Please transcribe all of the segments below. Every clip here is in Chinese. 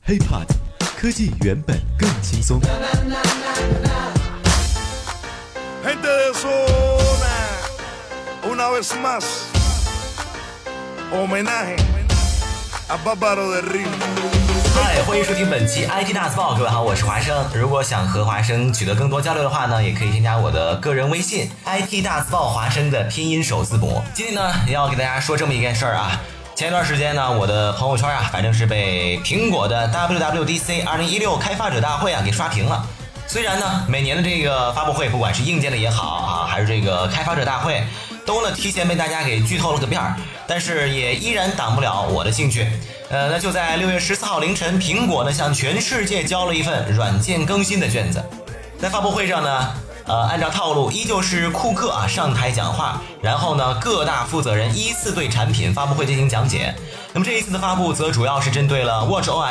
HeyPod， 科技原本更轻松。 Gente de zona, una vez más, homenaje a Bárbaro del Río。 嗨，欢迎收听本期 IT 大字报，各位好，我是华生。如果想和华生取得更多交流的话呢，也可以添加我的个人微信 IT 大字报华生的拼音首字母。今天呢，也要给大家说这么一件事儿啊。前一段时间呢，我的朋友圈啊，反正是被苹果的 WWDC 2016开发者大会啊给刷屏了。虽然呢，每年的这个发布会，不管是硬件的也好啊，还是这个开发者大会，都呢提前被大家给剧透了个遍儿，但是也依然挡不了我的兴趣。那就在6月14号凌晨，苹果呢向全世界交了一份软件更新的卷子。在发布会上呢，按照套路，依旧是库克啊上台讲话，然后呢各大负责人依次对产品发布会进行讲解。那么这一次的发布则主要是针对了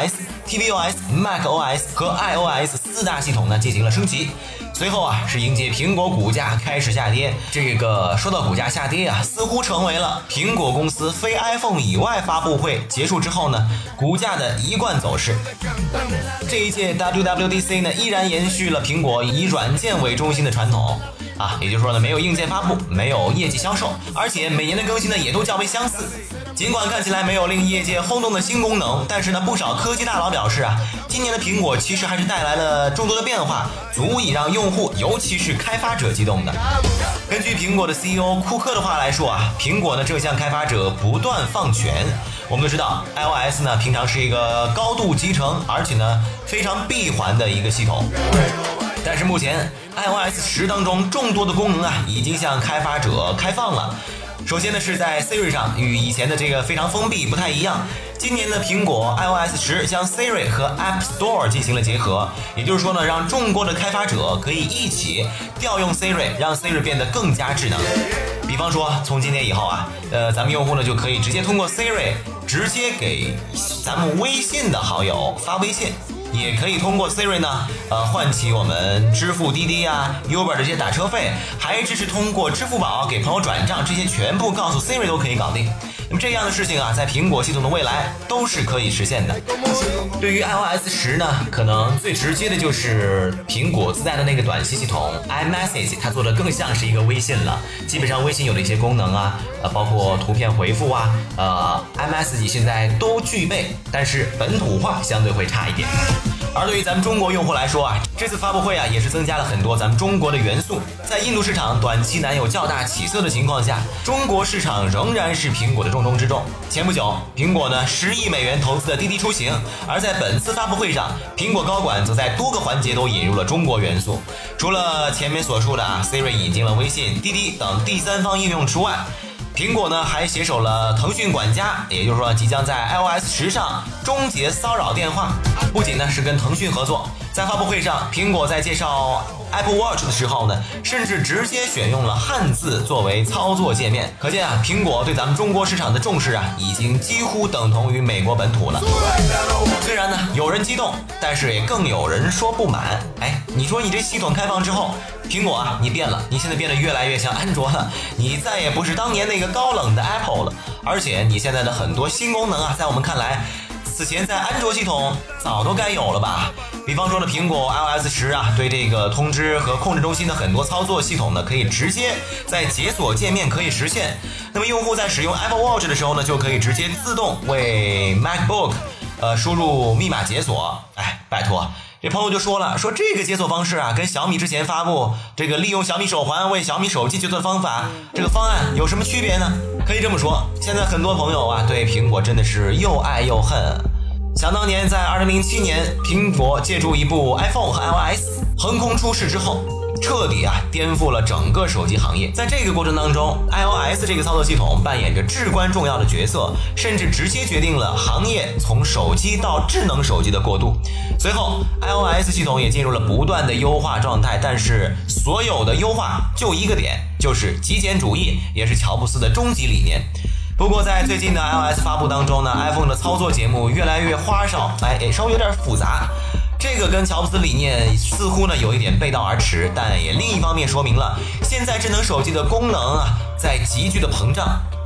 watchOS、tvOS、macOS 和 iOS 4大系统呢进行了升级。随后啊是迎接苹果股价开始下跌。这个说到股价下跌啊，似乎成为了苹果公司非 iPhone 以外发布会结束之后呢股价的一贯走势。这一届 WWDC 呢依然延续了苹果以软件为中心的传统啊，也就是说呢没有硬件发布，没有业绩销售，而且每年的更新呢也都较为相似。尽管看起来没有令业界轰动的新功能，但是呢不少科技大佬表示啊，今年的苹果其实还是带来了众多的变化，足以让用户尤其是开发者激动的。根据苹果的 CEO 库克的话来说啊，苹果呢正向开发者不断放权。我们都知道 iOS 呢平常是一个高度集成而且呢非常闭环的一个系统，但是目前 iOS 10当中众多的功能啊已经向开发者开放了。首先呢是在 Siri 上与以前的这个非常封闭不太一样，今年的苹果 iOS 10将 Siri 和 App Store 进行了结合，也就是说呢让众多的开发者可以一起调用 Siri， 让 Siri 变得更加智能。比方说从今年以后啊，咱们用户呢就可以直接通过 Siri 直接给咱们微信的好友发微信，也可以通过 Siri 呢，唤起我们支付滴滴啊、Uber 的这些打车费，还支持通过支付宝给朋友转账，这些全部告诉 Siri 都可以搞定。那么这样的事情啊，在苹果系统的未来都是可以实现的。对于 iOS 10呢，可能最直接的就是苹果自带的那个短信系统 iMessage， 它做的更像是一个微信了。基本上微信有的一些功能啊，包括图片回复啊，iMessage 现在都具备，但是本土化相对会差一点。而对于咱们中国用户来说啊，这次发布会啊也是增加了很多咱们中国的元素。在印度市场短期难有较大起色的情况下，中国市场仍然是苹果的重中之重。前不久，苹果呢10亿美元投资的滴滴出行，而在本次发布会上，苹果高管则在多个环节都引入了中国元素。除了前面所述的Siri 引进了微信、滴滴等第三方应用除外，苹果呢还携手了腾讯管家，也就是说即将在 iOS 10上终结骚扰电话。不仅呢是跟腾讯合作，在发布会上，苹果在介绍 Apple Watch 的时候呢，甚至直接选用了汉字作为操作界面。可见啊，苹果对咱们中国市场的重视啊，已经几乎等同于美国本土了。虽然呢有人激动，但是也更有人说不满。哎，你说你这系统开放之后，苹果啊，你变了，你现在变得越来越像安卓了，你再也不是当年那个高冷的 Apple 了，而且你现在的很多新功能啊，在我们看来，此前在安卓系统早都该有了吧。比方说呢，苹果 iOS 10啊，对这个通知和控制中心的很多操作系统呢，可以直接在解锁界面可以实现。那么用户在使用 Apple Watch 的时候呢，就可以直接自动为 MacBook 输入密码解锁。哎，拜托。这朋友就说了，说这个解锁方式啊，跟小米之前发布这个利用小米手环为小米手机解锁的方法，这个方案有什么区别呢？可以这么说，现在很多朋友啊，对苹果真的是又爱又恨。想当年，在2007年，苹果借助一部 iPhone 和 iOS 横空出世之后，彻底颠覆了整个手机行业。在这个过程当中 iOS 这个操作系统扮演着至关重要的角色，甚至直接决定了行业从手机到智能手机的过渡。随后 iOS 系统也进入了不断的优化状态，但是所有的优化就一个点，就是极简主义，也是乔布斯的终极理念。不过在最近的 iOS 发布当中呢， iPhone 的操作节目越来越花哨，稍微有点复杂。这个跟乔布斯理念似乎呢有一点背道而驰，但也另一方面说明了现在智能手机的功能啊在急剧的膨胀，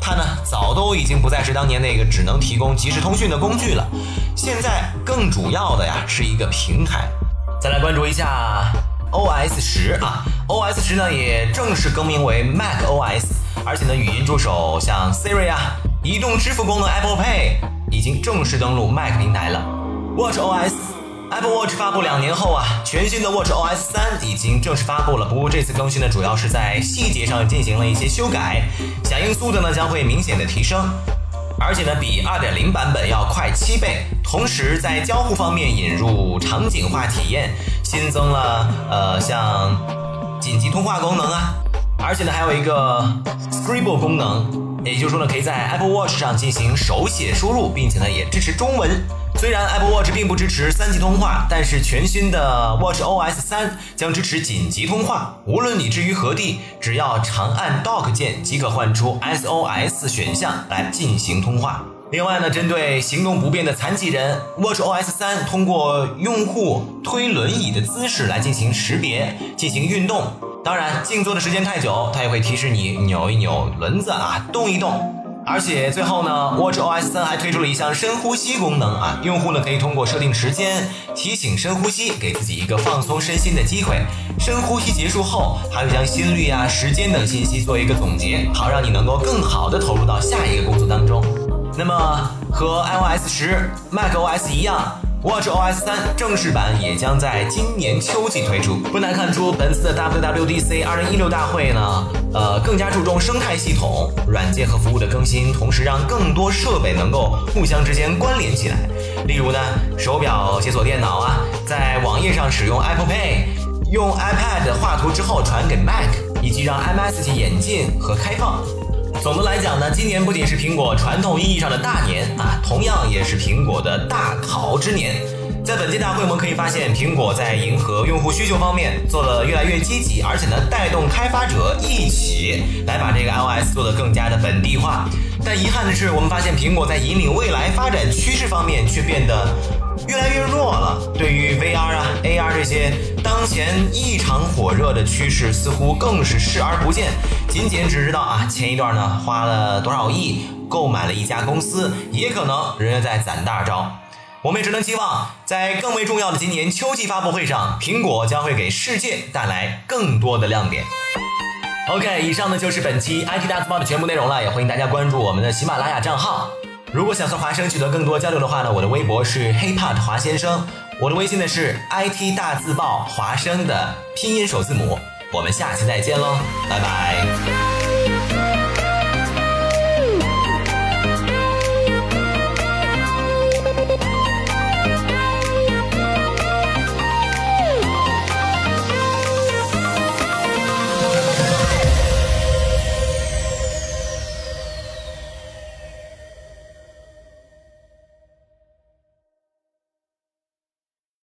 它呢早都已经不再是当年那个只能提供即时通讯的工具了，现在更主要的呀是一个平台。再来关注一下 OS 10啊 ，OS 10呢也正式更名为 Mac OS， 而且呢语音助手像 Siri 啊，移动支付功能 Apple Pay 已经正式登陆 Mac 平台了。Watch OS。Apple Watch 发布2年后啊，全新的 Watch OS 3已经正式发布了。不过这次更新呢，主要是在细节上进行了一些修改，响应速度呢将会明显的提升，而且呢比 2.0 版本要快7倍。同时在交互方面引入场景化体验，新增了像紧急通话功能啊，而且呢还有一个 Scribble 功能，也就是说呢可以在 Apple Watch 上进行手写输入，并且呢也支持中文。虽然 Apple Watch 并不支持3G 通话，但是全新的 Watch OS 3将支持紧急通话，无论你置于何地，只要长按 Dock 键即可唤出 SOS 选项来进行通话。另外呢，针对行动不便的残疾人， Watch OS 3通过用户推轮椅的姿势来进行识别，进行运动。当然静坐的时间太久，它也会提示你扭一扭轮子啊，动一动。而且最后呢 Watch OS 3还推出了一项深呼吸功能啊，用户呢可以通过设定时间提醒深呼吸，给自己一个放松身心的机会。深呼吸结束后，还会将心率啊、时间等信息做一个总结，好让你能够更好的投入到下一个工作当中。那么和 iOS 10、Mac OS 一样，Watch OS 3正式版也将在今年秋季推出。不难看出，本次的 WWDC 2016大会呢，更加注重生态系统、软件和服务的更新，同时让更多设备能够互相之间关联起来。例如呢，手表解锁电脑啊，在网页上使用 Apple Pay， 用 iPad 画图之后传给 Mac， 以及让 iMessage 演进和开放。总的来讲呢，今年不仅是苹果传统意义上的大年啊，同样也是苹果的大考之年。在本届大会我们可以发现，苹果在迎合用户需求方面做了越来越积极，而且呢带动开发者一起来把这个 iOS 做得更加的本地化。但遗憾的是，我们发现苹果在引领未来发展趋势方面却变得越来越弱了。对于 VR 啊 AR 这些当前异常火热的趋势，似乎更是视而不见，仅仅只知道啊前一段呢花了多少亿购买了一家公司，也可能人家在攒大招。我们也只能期望在更为重要的今年秋季发布会上，苹果将会给世界带来更多的亮点。OK， 以上呢就是本期 IT 大字报的全部内容了，也欢迎大家关注我们的喜马拉雅账号。如果想和华生取得更多交流的话呢，我的微博是 HeyPod 华先生，我的微信呢是 IT 大字报华生的拼音首字母。我们下期再见喽，拜拜。